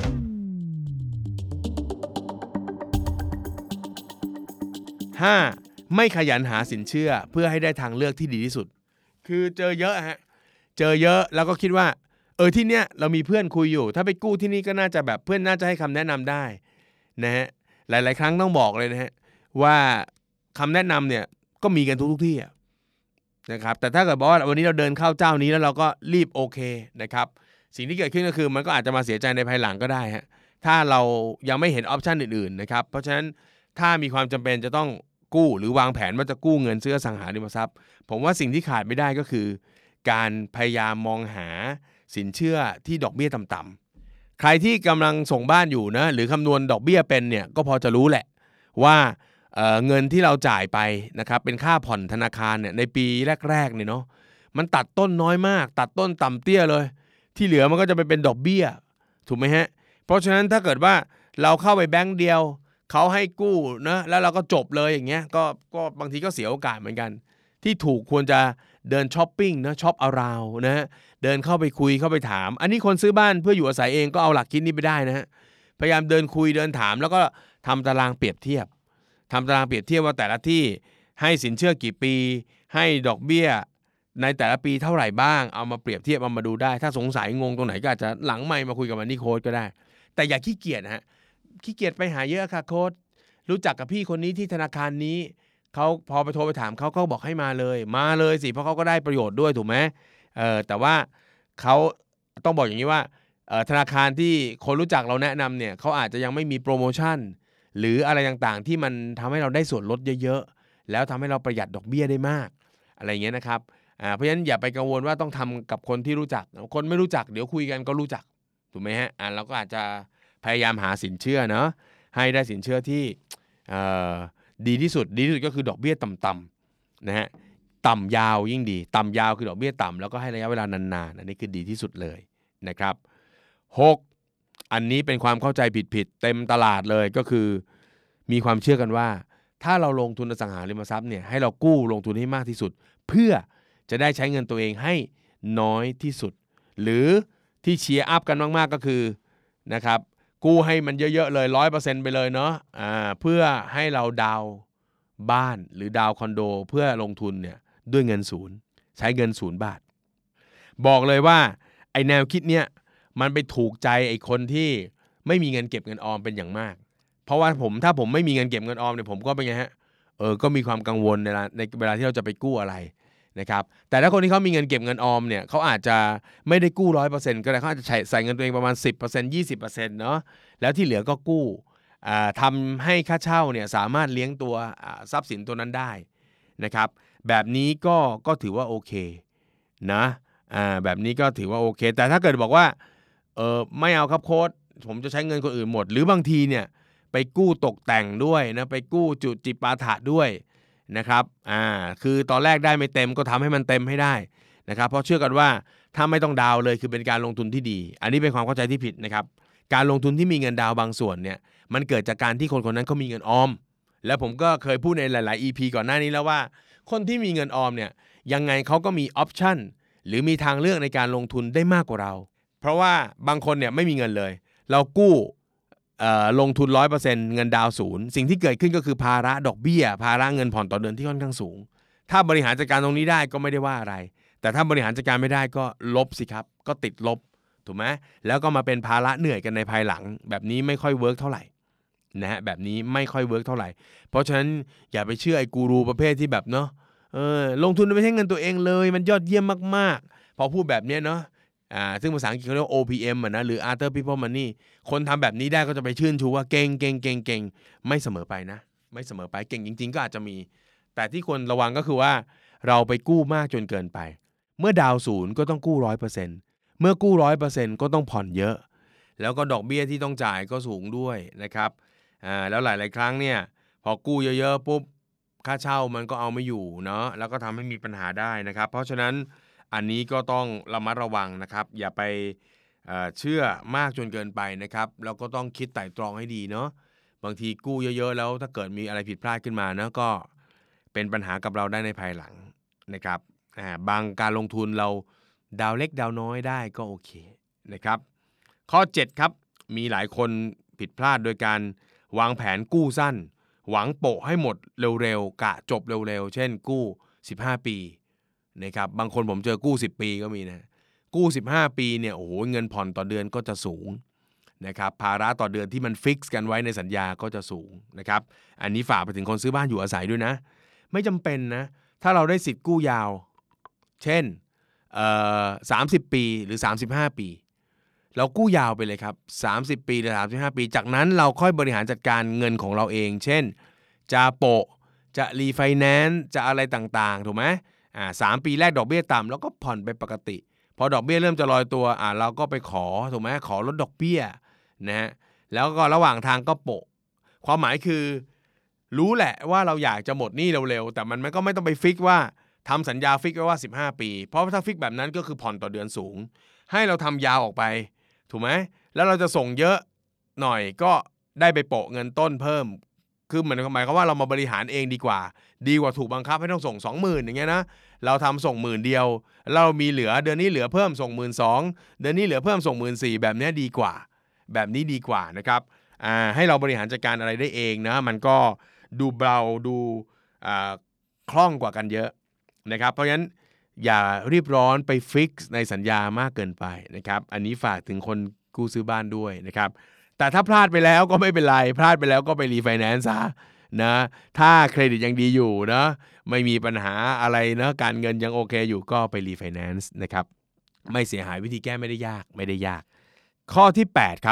ห้าไม่ขยันหาสินเชื่อเพื่อให้ได้ทางเลือกที่ดีที่สุดคือเจอเยอะฮะเจอเยอะแล้วก็คิดว่าเออที่เนี้ยเรามีเพื่อนคุยอยู่ถ้าไปกู้ที่นี่ก็น่าจะแบบเพื่อนน่าจะให้คำแนะนำได้นะฮะหลายๆครั้งต้องบอกเลยนะฮะว่าคำแนะนำเนี่ยก็มีกันทุกๆที่นะครับแต่ถ้าเกิดบอกว่าวันนี้เราเดินเข้าเจ้านี้แล้วเราก็รีบโอเคนะครับสิ่งที่เกิดขึ้นก็คือมันก็อาจจะมาเสียใจในภายหลังก็ได้ฮะถ้าเรายังไม่เห็นออปชันอื่นๆนะครับเพราะฉะนั้นถ้ามีความจำเป็นจะต้องกู้หรือวางแผนว่าจะกู้เงินซื้ออสังหาริมทรัพย์ผมว่าสิ่งที่ขาดไม่ได้ก็คือการพยายามมองหาสินเชื่อที่ดอกเบี้ยต่ำๆใครที่กำลังส่งบ้านอยู่นะหรือคำนวณดอกเบี้ยเป็นเนี่ยก็พอจะรู้แหละว่าเอ่อเงินที่เราจ่ายไปนะครับเป็นค่าผ่อนธนาคารเนี่ยในปีแรกๆเนี่ยเนาะมันตัดต้นน้อยมากตัดต้นต่ำเตี้ยเลยที่เหลือมันก็จะไปเป็นดอกเบี้ยถูกไหมฮะเพราะฉะนั้นถ้าเกิดว่าเราเข้าไปแบงก์เดียวเขาให้กู้นะแล้วเราก็จบเลยอย่างเงี้ยก็ก็บางทีก็เสียโอกาสเหมือนกันที่ถูกควรจะเดินช้อปปิ้งนะช็อปอาราวนะฮะเดินเข้าไปคุยเข้าไปถามอันนี้คนซื้อบ้านเพื่ออยู่อาศัยเองก็เอาหลักคิดนี้ไปได้นะฮะพยายามเดินคุยเดินถามแล้วก็ทำตารางเปรียบเทียบทำตารางเปรียบเทียบว่าแต่ละที่ให้สินเชื่อกี่ปีให้ดอกเบี้ยในแต่ละปีเท่าไหร่บ้างเอามาเปรียบเทียบเอามาดูได้ถ้าสงสัยงงตรงไหนก็อาจจะหลังไมค์มาคุยกับมันนี่โค้ชก็ได้แต่อย่าขี้เกียจนะฮะขี้เกียจไปหาเยอะค่ะโค้ชรู้จักกับพี่คนนี้ที่ธนาคารนี้เขาพอไปโทรไปถามเขาเขาบอกให้มาเลยมาเลยสิเพราะเขาก็ได้ประโยชน์ด้วยถูกไหมเออแต่ว่าเขาต้องบอกอย่างนี้ว่าเออธนาคารที่คนรู้จักเราแนะนำเนี่ยเขาอาจจะยังไม่มีโปรโมชั่นหรืออะไรต่างๆที่มันทำให้เราได้ส่วนลดเยอะๆแล้วทำให้เราประหยัดดอกเบี้ยได้มากอะไรเงี้ยนะครับอ่าเพราะฉะนั้นอย่าไปกังวลว่าต้องทำกับคนที่รู้จักคนไม่รู้จักเดี๋ยวคุยกันก็รู้จักถูกไหมฮะอ่าเราก็อาจจะพยายามหาสินเชื่อเนาะให้ได้สินเชื่อที่เอ่อดีที่สุดดีที่สุดก็คือดอกเบี้ยต่ำๆนะฮะต่ำยาวยิ่งดีต่ำยาวคือดอกเบี้ยต่ำแล้วก็ให้ระยะเวลานานๆอันนี้คือดีที่สุดเลยนะครับหกอันนี้เป็นความเข้าใจผิดๆเต็มตลาดเลยก็คือมีความเชื่อกันว่าถ้าเราลงทุนอสังหาริมทรัพย์เนี่ยให้เรากู้ลงทุนให้มากที่สุดเพื่อจะได้ใช้เงินตัวเองให้น้อยที่สุดหรือที่เชียร์อัพกันมากๆก็คือนะครับกู้ให้มันเยอะๆเลย ร้อยเปอร์เซ็นต์ ไปเลยเนาะอ่าเพื่อให้เราดาวบ้านหรือดาวคอนโดเพื่อลงทุนเนี่ยด้วยเงินศูนย์ใช้เงินศูนย์บาทบอกเลยว่าไอแนวคิดเนี้ยมันไปถูกใจไอคนที่ไม่มีเงินเก็บเงินออมเป็นอย่างมากเพราะว่าผมถ้าผมไม่มีเงินเก็บเงินออมเนี่ยผมก็เป็นไงฮะเออก็มีความกังวลในในเวลาที่เราจะไปกู้อะไรนะครับแต่ถ้าคนที่เขามีเงินเก็บเงินออมเนี่ยเขาอาจจะไม่ได้กู้ ร้อยเปอร์เซ็นต์ ก็ได้เขาอาจจะใส่ใส่เงินตัวเองประมาณ สิบเปอร์เซ็นต์ ยี่สิบเปอร์เซ็นต์ เนาะแล้วที่เหลือก็กู้อ่าทำให้ค่าเช่าเนี่ยสามารถเลี้ยงตัวทรัพย์สินตัวนั้นได้นะครับแบบนี้ก็ก็ถือว่าโอเคนะอ่าแบบนี้ก็ถือว่าโอเคแต่ถ้าเกิดบอกว่าเออไม่เอาครับโค้ชผมจะใช้เงินคนอื่นหมดหรือบางทีเนี่ยไปกู้ตกแต่งด้วยนะไปกู้จุจิปาถะด้วยนะครับอ่าคือตอนแรกได้ไม่เต็มก็ทำให้มันเต็มให้ได้นะครับเพราะเชื่อกันว่าถ้าไม่ต้องดาวเลยคือเป็นการลงทุนที่ดีอันนี้เป็นความเข้าใจที่ผิดนะครับการลงทุนที่มีเงินดาวบางส่วนเนี่ยมันเกิดจากการที่คนคนนั้นเขามีเงินออมแล้วผมก็เคยพูดในหลายๆ อี พี ก่อนหน้านี้แล้วว่าคนที่มีเงินออมเนี่ยยังไงเขาก็มีออปชั่นหรือมีทางเลือกในการลงทุนได้มากกว่าเราเพราะว่าบางคนเนี่ยไม่มีเงินเลยเรากู้ลงทุน ร้อยเปอร์เซ็นต์ เงินดาวศูนย์สิ่งที่เกิดขึ้นก็คือภาระดอกเบี้ยภาระเงินผ่อนต่อเดือนที่ค่อนข้างสูงถ้าบริหารจัดการตรงนี้ได้ก็ไม่ได้ว่าอะไรแต่ถ้าบริหารจัดการไม่ได้ก็ลบสิครับก็ติดลบถูกไหมแล้วก็มาเป็นภาระเหนื่อยกันในภายหลังแบบนี้ไม่ค่อยเวิร์กเท่าไหร่นะฮะแบบนี้ไม่ค่อยเวิร์กเท่าไหร่เพราะฉะนั้นอย่าไปเชื่อไอ้กูรูประเภทที่แบบเนาะเออลงทุนไม่ใช่เงินตัวเองเลยมันยอดเยี่ยมมากๆพอพูดแบบนี้เนาะอ่าซึ่งภาษาอังกฤษเขาเรียกว่า โอ พี เอ็ม อ่ะนะหรือ Other People Money คนทำแบบนี้ได้ก็จะไปชื่นชูว่าเก่งเก่งเก่งเก่งไม่เสมอไปนะไม่เสมอไปเก่งจริงๆก็อาจจะมีแต่ที่ควรระวังก็คือว่าเราไปกู้มากจนเกินไปเมื่อดาวศูนย์ก็ต้องกู้ ร้อยเปอร์เซ็นต์ เมื่อกู้ ร้อยเปอร์เซ็นต์ ก็ต้องผ่อนเยอะแล้วก็ดอกเบี้ยที่ต้องจ่ายก็สูงด้วยนะครับอ่าแล้วหลายๆครั้งเนี่ยพอกู้เยอะๆปุ๊บค่าเช่ามันก็เอาไม่อยู่เนาะแล้วก็ทำให้มีปัญหาได้นะครับเพราะฉะนั้นอันนี้ก็ต้องระมัดระวังนะครับอย่าไปเอ่อเชื่อมากจนเกินไปนะครับแล้วก็ต้องคิดไตร่ตรองให้ดีเนาะบางทีกู้เยอะๆแล้วถ้าเกิดมีอะไรผิดพลาดขึ้นมานะก็เป็นปัญหากับเราได้ในภายหลังนะครับอ่าบางการลงทุนเราดาวเล็กดาวน้อยได้ก็โอเคนะครับข้อเจ็ดครับมีหลายคนผิดพลาดโดยการวางแผนกู้สั้นหวังโปะให้หมดเร็วๆกะจบเร็วๆเช่นกู้สิบห้าปีนะครับบางคนผมเจอกู้สิบปีก็มีนะกู้สิบห้าปีเนี่ยโอ้โหเงินผ่อนต่อเดือนก็จะสูงนะครับภาระต่อเดือนที่มันฟิกซ์กันไว้ในสัญญาก็จะสูงนะครับอันนี้ฝากไปถึงคนซื้อบ้านอยู่อาศัยด้วยนะไม่จำเป็นนะถ้าเราได้สิทธิ์กู้ยาวเช่นเอ่อสามสิบปีหรือสามสิบห้าปีเรากู้ยาวไปเลยครับสามสิบปีหรือสามสิบห้าปีจากนั้นเราค่อยบริหารจัดการเงินของเราเองเช่นจะโปะจะรีไฟแนนซ์จะอะไรต่างๆถูกไหมอ่าสามปีแรกดอกเบี้ยต่ำแล้วก็ผ่อนไปปกติพอดอกเบี้ยเริ่มจะลอยตัวอ่าเราก็ไปขอถูกไหมขอลดดอกเบี้ยนะฮะแล้วก็ระหว่างทางก็โปะความหมายคือรู้แหละว่าเราอยากจะหมดหนี้เร็วๆแต่มันก็ไม่ต้องไปฟิกว่าทำสัญญาฟิกไว้ว่าสิบห้าปีเพราะถ้าฟิกแบบนั้นก็คือผ่อนต่อเดือนสูงให้เราทำยาวออกไปถูกไหมแล้วเราจะส่งเยอะหน่อยก็ได้ไปโปะเงินต้นเพิ่มคือเหมือนหมายความว่าเรามาบริหารเองดีกว่าดีกว่าถูกบังคับให้ต้องส่ง สองหมื่น อย่างเงี้ยนะเราทำส่งหมื่นเดียวเรามีเหลือเดือนนี้เหลือเพิ่มส่ง หนึ่งหมื่นสองพัน เดือนนี้เหลือเพิ่มส่ง หนึ่งหมื่นสี่พัน แบบนี้ดีกว่าแบบนี้ดีกว่านะครับอ่าให้เราบริหารจัดการอะไรได้เองนะมันก็ดูเบาดูอ่าคล่องกว่ากันเยอะนะครับเพราะฉะนั้นอย่ารีบร้อนไปฟิกซ์ในสัญญามากเกินไปนะครับอันนี้ฝากถึงคนกู้ซื้อบ้านด้วยนะครับแต่ถ้าพลาดไปแล้วก็ไม่เป็นไรพลาดไปแล้วก็ไปรีไฟแนนซ์ซะนะถ้าเครดิตยังดีอยู่นะไม่มีปัญหาอะไรนะการเงินยังโอเคอยู่ก็ไปรีไฟแนนซ์นะครับไม่เสียหายวิธีแก้ไม่ได้ยากไม่ได้ยากข้อที่แปดครับ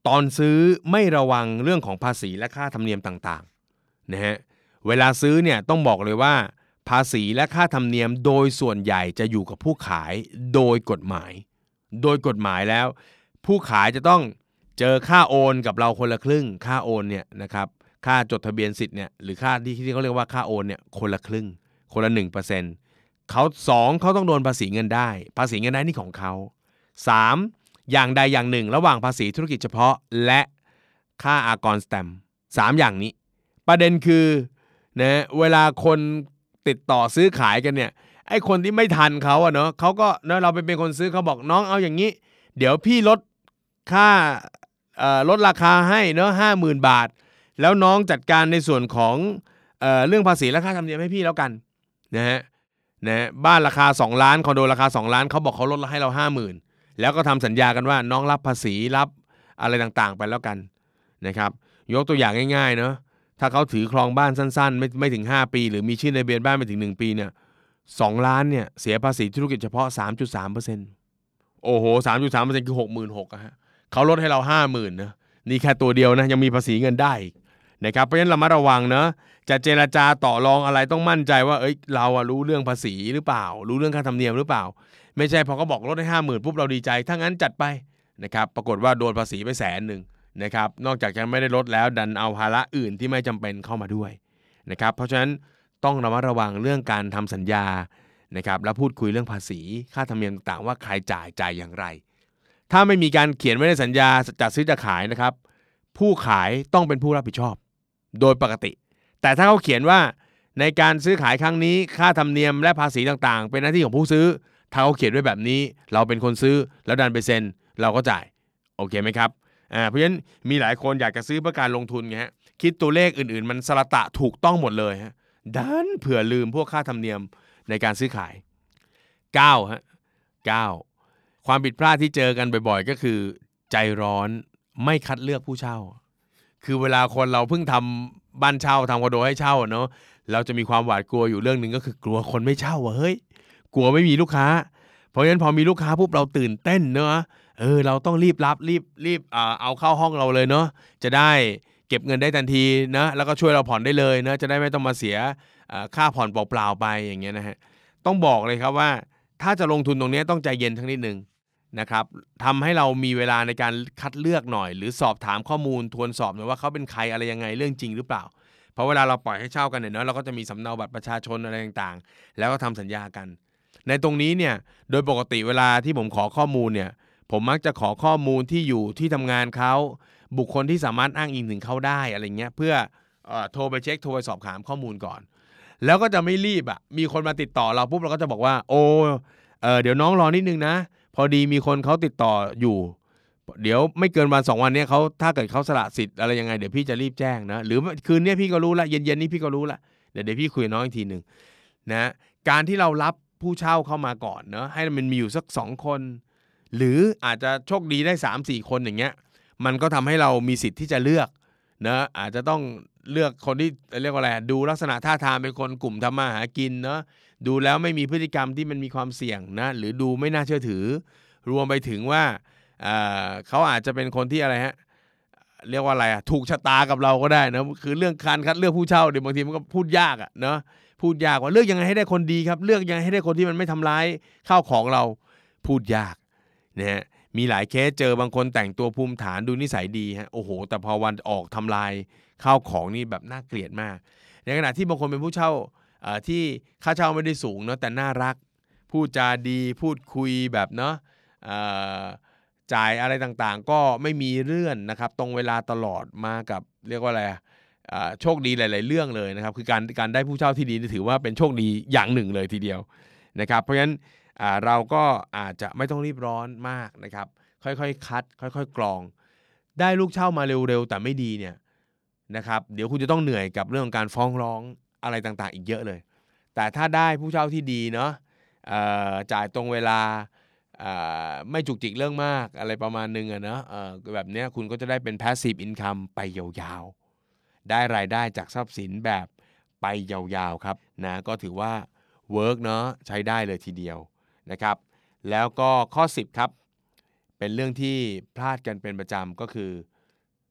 ตอนซื้อไม่ระวังเรื่องของภาษีและค่าธรรมเนียมต่างๆนะฮะเวลาซื้อเนี่ยต้องบอกเลยว่าภาษีและค่าธรรมเนียมโดยส่วนใหญ่จะอยู่กับผู้ขายโดยกฎหมายโดยกฎหมายแล้วผู้ขายจะต้องเจอค่าโอนกับเราคนละครึ่งค่าโอนเนี่ยนะครับค่าจดทะเบียนสิทธิ์เนี่ยหรือค่าที่ที่เขาเรียกว่าค่าโอนเนี่ยคนละครึ่งคนละ หนึ่งเปอร์เซ็นต์ เขาสองเขาต้องโดนภาษีเงินได้ภาษีเงินได้นี่ของเขาสามอย่างใดอย่างหนึ่งระหว่างภาษีธุรกิจเฉพาะและค่าอากรสแตมป์สามอย่างนี้ประเด็นคือนะเวลาคนติดต่อซื้อขายกันเนี่ยไอ้คนที่ไม่ทันเขาอะเนาะเขาก็เนาะเราเป็นคนซื้อเขาบอกน้องเอาอย่างนี้เดี๋ยวพี่ลดค่าเอ่อลดราคาให้เนาะ ห้าหมื่น บาทแล้วน้องจัดการในส่วนของเอ่อเรื่องภาษีและค่าธรรมเนียมให้พี่แล้วกันนะฮะนะบ้านราคาสองล้านคอนโดราคาสองล้านเขาบอกเขาลดให้เรา ห้าหมื่น แล้วก็ทำสัญญากันว่าน้องรับภาษีรับอะไรต่างๆไปแล้วกันนะครับยกตัวอย่างง่ายๆเนาะถ้าเขาถือครองบ้านสั้นๆไม่ไม่ถึงห้าปีหรือมีชื่อในทะเบียนบ้านไม่ถึงหนึ่งปีเนี่ยสองล้านเนี่ยเสียภาษีธุรกิจเฉพาะ สามจุดสามเปอร์เซ็นต์ โอ้โห สามจุดสามเปอร์เซ็นต์ คือ หกหมื่นหกพัน อ่ะฮะเขาลดให้เรา ห้าหมื่น นะนี่แค่ตัวเดียวนะยังมีภาษีเงินได้นะครับเพราะฉะนั้นระมัดระวังเนาะจะเจรจาต่อรองอะไรต้องมั่นใจว่าเอ้ยเราอะรู้เรื่องภาษีหรือเปล่ารู้เรื่องค่าธรรมเนียมหรือเปล่าไม่ใช่พอเขาบอกลดให้ ห้าหมื่น ปุ๊บเราดีใจถ้างั้นจัดไปนะครับปรากฏว่าโดนภาษีไปแสนนึงนะครับนอกจากจะไม่ได้ลดแล้วดันเอาภาระอื่นที่ไม่จำเป็นเข้ามาด้วยนะครับเพราะฉะนั้นต้องระมัดระวังเรื่องการทำสัญญานะครับแล้วพูดคุยเรื่องภาษีค่าธรรมเนียมต่างๆว่าใครจ่ายจ่ายอย่างไรถ้าไม่มีการเขียนไว้ในสัญญาจัดซื้อจะขายนะครับผู้ขายต้องเป็นผู้รับผิดชอบโดยปกติแต่ถ้าเขาเขียนว่าในการซื้อขายครั้งนี้ค่าธรรมเนียมและภาษีต่างๆเป็นหน้าที่ของผู้ซื้อถ้าเขาเขียนไว้แบบนี้เราเป็นคนซื้อแล้วดันไปเซ็นเราก็จ่ายโอเคไหมครับอ่าเพราะฉะนั้นมีหลายคนอยากจะซื้อเพื่อการลงทุนไงฮะคิดตัวเลขอื่นๆมันสละตะถูกต้องหมดเลยฮะดันเผื่อลืมพวกค่าธรรมเนียมในการซื้อขายเก้าฮะเก้าความผิดพลาดที่เจอกันบ่อยๆก็คือใจร้อนไม่คัดเลือกผู้เช่าคือเวลาคนเราเพิ่งทำบ้านเช่าทำคอนโดให้เช่าเนาะเราจะมีความหวาดกลัวอยู่เรื่องนึงก็คือกลัวคนไม่เช่าเฮ้ยกลัวไม่มีลูกค้าเพราะฉะนั้นพอมีลูกค้าปุ๊บเราตื่นเต้นเนอะเออเราต้องรีบรับรีบรีบอ่าเอาเข้าห้องเราเลยเนาะจะได้เก็บเงินได้ทันทีนะแล้วก็ช่วยเราผ่อนได้เลยนะจะได้ไม่ต้องมาเสียค่าผ่อนเปล่าๆไปอย่างเงี้ยนะฮะต้องบอกเลยครับว่าถ้าจะลงทุนตรงนี้ต้องใจเย็นทั้งนิดนึงนะครับทำให้เรามีเวลาในการคัดเลือกหน่อยหรือสอบถามข้อมูลทวนสอบหน่อยว่าเขาเป็นใครอะไรยังไงเรื่องจริงหรือเปล่าเพราะเวลาเราปล่อยให้เช่ากันเนี่ยเนาะเราก็จะมีสำเนาบัตรประชาชนอะไรต่างๆแล้วก็ทำสัญญากันในตรงนี้เนี่ยโดยปกติเวลาที่ผมขอข้อมูลเนี่ยผมมักจะขอข้อมูลที่อยู่ที่ทำงานเขาบุคคลที่สามารถอ้างอิงถึงเขาได้อะไรเงี้ยเพื่อเอ่อโทรไปเช็คโทรไปสอบถามข้อมูลก่อนแล้วก็จะไม่รีบอ่ะมีคนมาติดต่อเราปุ๊บเราก็จะบอกว่าโอ้เออเดี๋ยวน้องรอนิดนึงนะพอดีมีคนเขาติดต่ออยู่เดี๋ยวไม่เกินวันสองวันนี้เขาถ้าเกิดเขาสละสิทธิ์อะไรยังไงเดี๋ยวพี่จะรีบแจ้งนะหรือคืนนี้พี่ก็รู้ละเย็นๆนี้พี่ก็รู้ละเดี๋ยวเดี๋ยวพี่คุยกับน้องอีกทีนึงนะการที่เรารับผู้เช่าเข้ามาก่อนเนาะให้มันมีอยู่สักสองคนหรืออาจจะโชคดีได้ สามสี่ คนอย่างเงี้ยมันก็ทำให้เรามีสิทธิ์ที่จะเลือกนะอาจจะต้องเลือกคนที่เรียกว่าอะไรดูลักษณะท่าทางเป็นคนกลุ่มทำมาหากินเนาะดูแล้วไม่มีพฤติกรรมที่มันมีความเสี่ยงนะหรือดูไม่น่าเชื่อถือรวมไปถึงว่าเอ่อเขาอาจจะเป็นคนที่อะไรฮะเรียกว่าอะไรอ่ะถูกชะตากับเราก็ได้นะคือเรื่องการคัดเลือกผู้เช่าเดี๋ยวบางทีมันก็พูดยากอ่ะเนาะพูดยากว่าเลือกยังไงให้ได้คนดีครับเลือกยังไงให้ได้คนที่มันไม่ทำร้ายข้าวของเราพูดยากนะฮะมีหลายเคสเจอบางคนแต่งตัวภูมิฐานดูนิสัยดีฮะโอ้โหแต่พอวันออกทำลายข้าวของนี่แบบน่าเกลียดมากในขณะที่บางคนเป็นผู้เช่าที่ค่าเช่าไม่ได้สูงเนาะแต่น่ารักพูดจาดีพูดคุยแบบเนาะจ่ายอะไรต่างๆก็ไม่มีเลื่อนนะครับตรงเวลาตลอดมากับเรียกว่าอะไรโชคดีหลายๆเรื่องเลยนะครับคือการการได้ผู้เช่าที่ดีถือว่าเป็นโชคดีอย่างหนึ่งเลยทีเดียวนะครับเพราะฉะนั้นเราก็อาจจะไม่ต้องรีบร้อนมากนะครับค่อยๆคัดค่อยๆกรองได้ลูกเช่ามาเร็วๆแต่ไม่ดีเนี่ยนะครับเดี๋ยวคุณจะต้องเหนื่อยกับเรื่องของการฟ้องร้องอะไรต่างๆอีกเยอะเลยแต่ถ้าได้ผู้เช่าที่ดีเนาะจ่ายตรงเวลาไม่จุกจิกเรื่องมากอะไรประมาณนึงอะเนาะแบบนี้คุณก็จะได้เป็น passive income ไปยาวๆได้รายได้จากทรัพย์สินแบบไปยาวๆครับนะก็ถือว่าเวิร์กเนาะใช้ได้เลยทีเดียวนะครับแล้วก็ข้อสิบครับเป็นเรื่องที่พลาดกันเป็นประจำก็คือ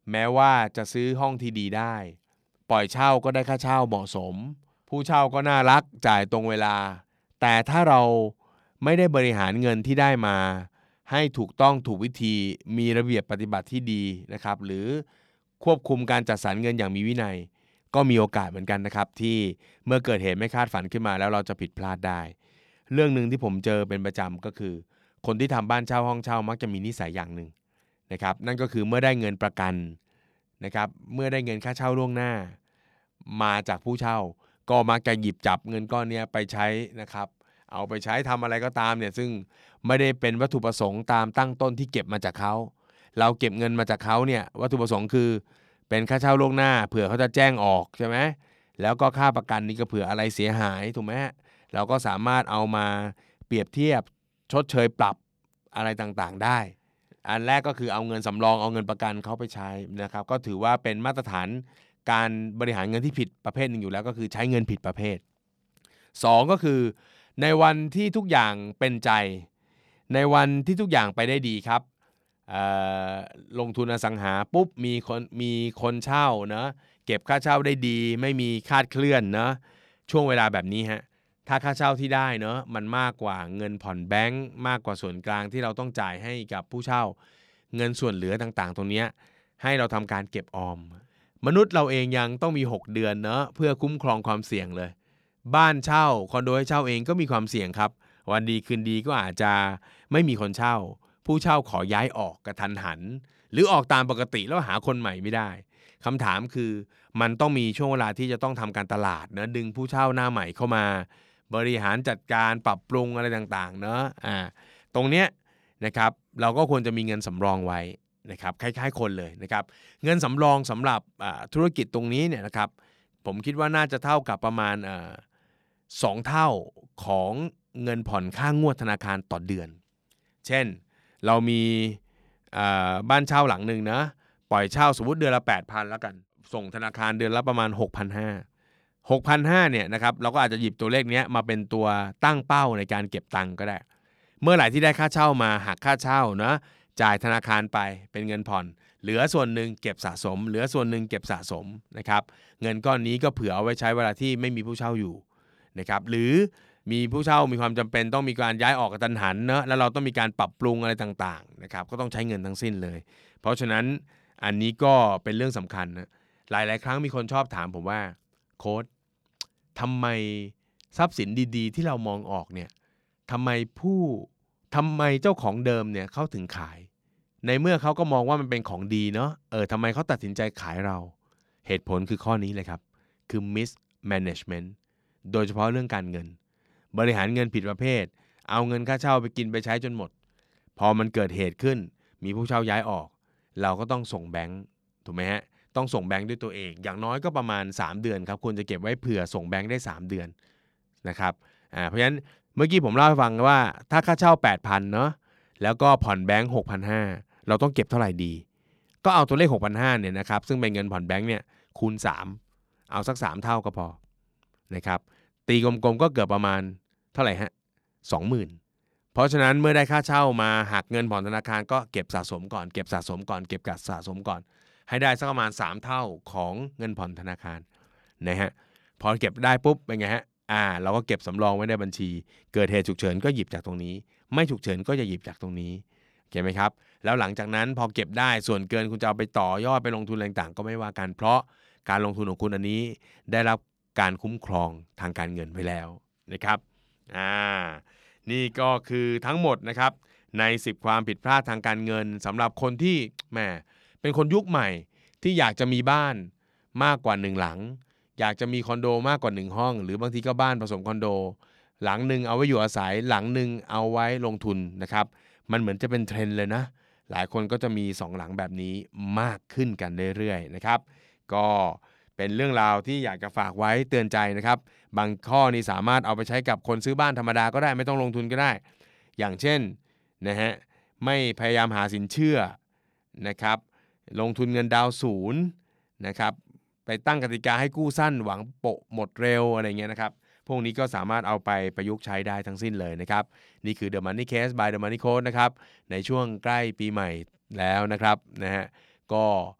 แม้ว่าจะซื้อห้องที่ดีได้ปล่อยเช่าก็ได้ค่าเช่าเหมาะสมผู้เช่าก็น่ารักจ่ายตรงเวลาแต่ถ้าเราไม่ได้บริหารเงินที่ได้มาให้ถูกต้องถูกวิธีมีระเบียบปฏิบัติที่ดีนะครับหรือควบคุมการจัดสรรเงินอย่างมีวินัยก็มีโอกาสเหมือนกันนะครับที่เมื่อเกิดเหตุไม่คาดฝันขึ้นมาแล้วเราจะผิดพลาดได้เรื่องนึงที่ผมเจอเป็นประจำก็คือคนที่ทำบ้านเช่าห้องเช่ามักจะมีนิสัยอย่างหนึ่งนะครับนั่นก็คือเมื่อได้เงินประกันนะครับเมื่อได้เงินค่าเช่าล่วงหน้ามาจากผู้เช่าก็มักจะหยิบจับเงินก้อนนี้ไปใช้นะครับเอาไปใช้ทำอะไรก็ตามเนี่ยซึ่งไม่ได้เป็นวัตถุประสงค์ตามตั้งต้นที่เก็บมาจากเขาเราเก็บเงินมาจากเขาเนี่ยวัตถุประสงค์คือเป็นค่าเช่าล่วงหน้าเผื่อเขาจะแจ้งออกใช่ไหมแล้วก็ค่าประกันนี่ก็เผื่ออะไรเสียหายถูกไหมเราก็สามารถเอามาเปรียบเทียบชดเชยปรับอะไรต่างๆได้อันแรกก็คือเอาเงินสำรองเอาเงินประกันเขาไปใช้นะครับก็ถือว่าเป็นมาตรฐานการบริหารเงินที่ผิดประเภทหนึ่งอยู่แล้วก็คือใช้เงินผิดประเภทสองก็คือในวันที่ทุกอย่างเป็นใจในวันที่ทุกอย่างไปได้ดีครับลงทุนอสังหาปุ๊บมีคนมีคนเช่าเนะเก็บค่าเช่าได้ดีไม่มีคลาดเคลื่อนนะช่วงเวลาแบบนี้ฮะถ้าค่าเช่าที่ได้เนอะมันมากกว่าเงินผ่อนแบงก์มากกว่าส่วนกลางที่เราต้องจ่ายให้กับผู้เช่าเงินส่วนเหลือต่างๆตรงนี้ให้เราทำการเก็บออมมนุษย์เราเองยังต้องมีหกเดือนเนอะเพื่อคุ้มครองความเสี่ยงเลยบ้านเช่าคอนโดให้เช่าเองก็มีความเสี่ยงครับวันดีคืนดีก็อาจจะไม่มีคนเช่าผู้เช่าขอย้ายออกกระทันหันหรือออกตามปกติแล้วหาคนใหม่ไม่ได้คำถามคือมันต้องมีช่วงเวลาที่จะต้องทำการตลาดนะดึงผู้เช่าหน้าใหม่เข้ามาบริหารจัดการปรับปรุงอะไรต่างๆเนอะอ่าตรงเนี้ยนะครับเราก็ควรจะมีเงินสำรองไว้นะครับคล้ายๆคนเลยนะครับเงินสำรองสำหรับธุรกิจตรงนี้เนี่ยนะครับผมคิดว่าน่าจะเท่ากับประมาณสองเท่าของเงินผ่อนค่างวดธนาคารต่อเดือนเช่นเรามีบ้านเช่าหลังหนึ่งนะปล่อยเช่าสมมุติเดือนละ แปดพัน แล้วกันส่งธนาคารเดือนละประมาณ หกพันห้าร้อย หกพันห้าร้อยเนี่ยนะครับเราก็อาจจะหยิบตัวเลขนี้มาเป็นตัวตั้งเป้าในการเก็บตังค์ก็ได้เมื่อไหร่ที่ได้ค่าเช่ามาหักค่าเช่านะจ่ายธนาคารไปเป็นเงินผ่อนเหลือส่วนหนึ่งเก็บสะสมเหลือส่วนหนึ่งเก็บสะสมนะครับเงินก้อนนี้ก็เผื่อเอาไว้ใช้เวลาที่ไม่มีผู้เช่าอยู่นะครับหรือมีผู้เช่ามีความจำเป็นต้องมีการย้ายออกกตันหันเนอะแล้วเราต้องมีการปรับปรุงอะไรต่างๆนะครับก็ต้องใช้เงินทั้งสิ้นเลยเพราะฉะนั้นอันนี้ก็เป็นเรื่องสำคัญนะหลายๆครั้งมีคนชอบถามผมว่าโค้ชทำไมทรัพย์สินดีๆที่เรามองออกเนี่ยทำไมผู้ทำไมเจ้าของเดิมเนี่ยเขาถึงขายในเมื่อเขาก็มองว่ามันเป็นของดีเนาะเออทำไมเขาตัดสินใจขายเราเหตุผลคือข้อนี้เลยครับคือ mismanagement โดยเฉพาะเรื่องการเงินบริหารเงินผิดประเภทเอาเงินค่าเช่าไปกินไปใช้จนหมดพอมันเกิดเหตุขึ้นมีผู้เช่าย้ายออกเราก็ต้องส่งแบงค์ถูกไหมฮะต้องส่งแบงค์ด้วยตัวเองอย่างน้อยก็ประมาณสามเดือนครับควรจะเก็บไว้เผื่อส่งแบงค์ได้สามเดือนนะครับอ่าเพราะฉะนั้นเมื่อกี้ผมเล่าให้ฟังว่าถ้าค่าเช่า แปดพัน เนาะแล้วก็ผ่อนแบงค์ หกพันห้าร้อย เราต้องเก็บเท่าไหร่ดีก็เอาตัวเลข หกพันห้าร้อย เนี่ยนะครับซึ่งเป็นเงินผ่อนแบงค์เนี่ยคูณสามเอาสักสามเท่าก็พอนะครับตีกลมๆก็เกือบประมาณเท่าไหร่ฮะ สองหมื่น เพราะฉะนั้นเมื่อได้ค่าเช่ามาหักเงินผ่อนธนาคารก็เก็บสะสมก่อนเก็บสะสมก่อนเก็บกัดสะสมก่อนให้ได้สักประมาณสามเท่าของเงินผ่อนธนาคารนะฮะพอเก็บได้ปุ๊บเป็นไงฮะอ่าเราก็เก็บสำรองไว้ในบัญชีเกิดเหตุฉุกเฉินก็หยิบจากตรงนี้ไม่ฉุกเฉินก็จะหยิบจากตรงนี้เห็นไหมครับแล้วหลังจากนั้นพอเก็บได้ส่วนเกินคุณจะเอาไปต่อยอดไปลงทุนอะไรต่างๆก็ไม่ว่ากันเพราะการลงทุนของคุณอันนี้ได้รับการคุ้มครองทางการเงินไว้แล้วนะครับอ่านี่ก็คือทั้งหมดนะครับในสิบความผิดพลาดทางการเงินสำหรับคนที่แหมเป็นคนยุคใหม่ที่อยากจะมีบ้านมากกว่าหนึ่งหลังอยากจะมีคอนโดมากกว่าหนึ่งห้องหรือบางทีก็บ้านผสมคอนโดหลังหนึ่งเอาไว้อยู่อาศัยหลังหนึ่งเอาไว้ลงทุนนะครับมันเหมือนจะเป็นเทรนด์เลยนะหลายคนก็จะมีสองหลังแบบนี้มากขึ้นกันเรื่อยๆนะครับก็เป็นเรื่องราวที่อยากจะฝากไว้เตือนใจนะครับบางข้อนี้สามารถเอาไปใช้กับคนซื้อบ้านธรรมดาก็ได้ไม่ต้องลงทุนก็ได้อย่างเช่นนะฮะไม่พยายามหาสินเชื่อนะครับลงทุนเงินดาวศูนย์นะครับไปตั้งกติกาให้กู้สั้นหวังโปะหมดเร็วอะไรเงี้ยนะครับพวกนี้ก็สามารถเอาไปประยุกต์ใช้ได้ทั้งสิ้นเลยนะครับนี่คือ The Money Case by The Money Coach นะครับในช่วงใกล้ปีใหม่แล้วนะครับนะฮะก็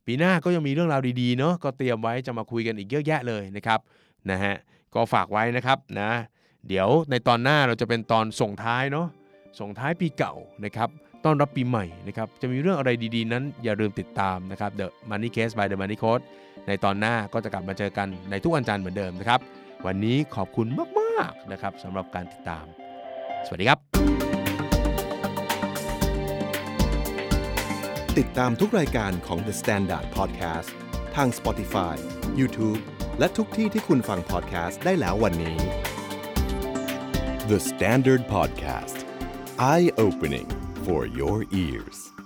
ปีหน้าก็ยังมีเรื่องราวดีๆเนาะก็เตรียมไว้จะมาคุยกันอีกเยอะแยะเลยนะครับนะฮะก็ฝากไว้นะครับนะเดี๋ยวในตอนหน้าเราจะเป็นตอนส่งท้ายเนาะส่งท้ายปีเก่านะครับต้อนรับปีใหม่นะครับจะมีเรื่องอะไรดีๆนั้นอย่าลืมติดตามนะครับ The Money Case by The Money Coach ในตอนหน้าก็จะกลับมาเจอกันในทุกวันจันทร์เหมือนเดิมนะครับวันนี้ขอบคุณมากๆนะครับสำหรับการติดตามสวัสดีครับติดตามทุกรายการของ The Standard Podcast ทาง Spotify, YouTube และทุกที่ที่คุณฟัง podcast ได้แล้ววันนี้ The Standard Podcast Eye Opening for your ears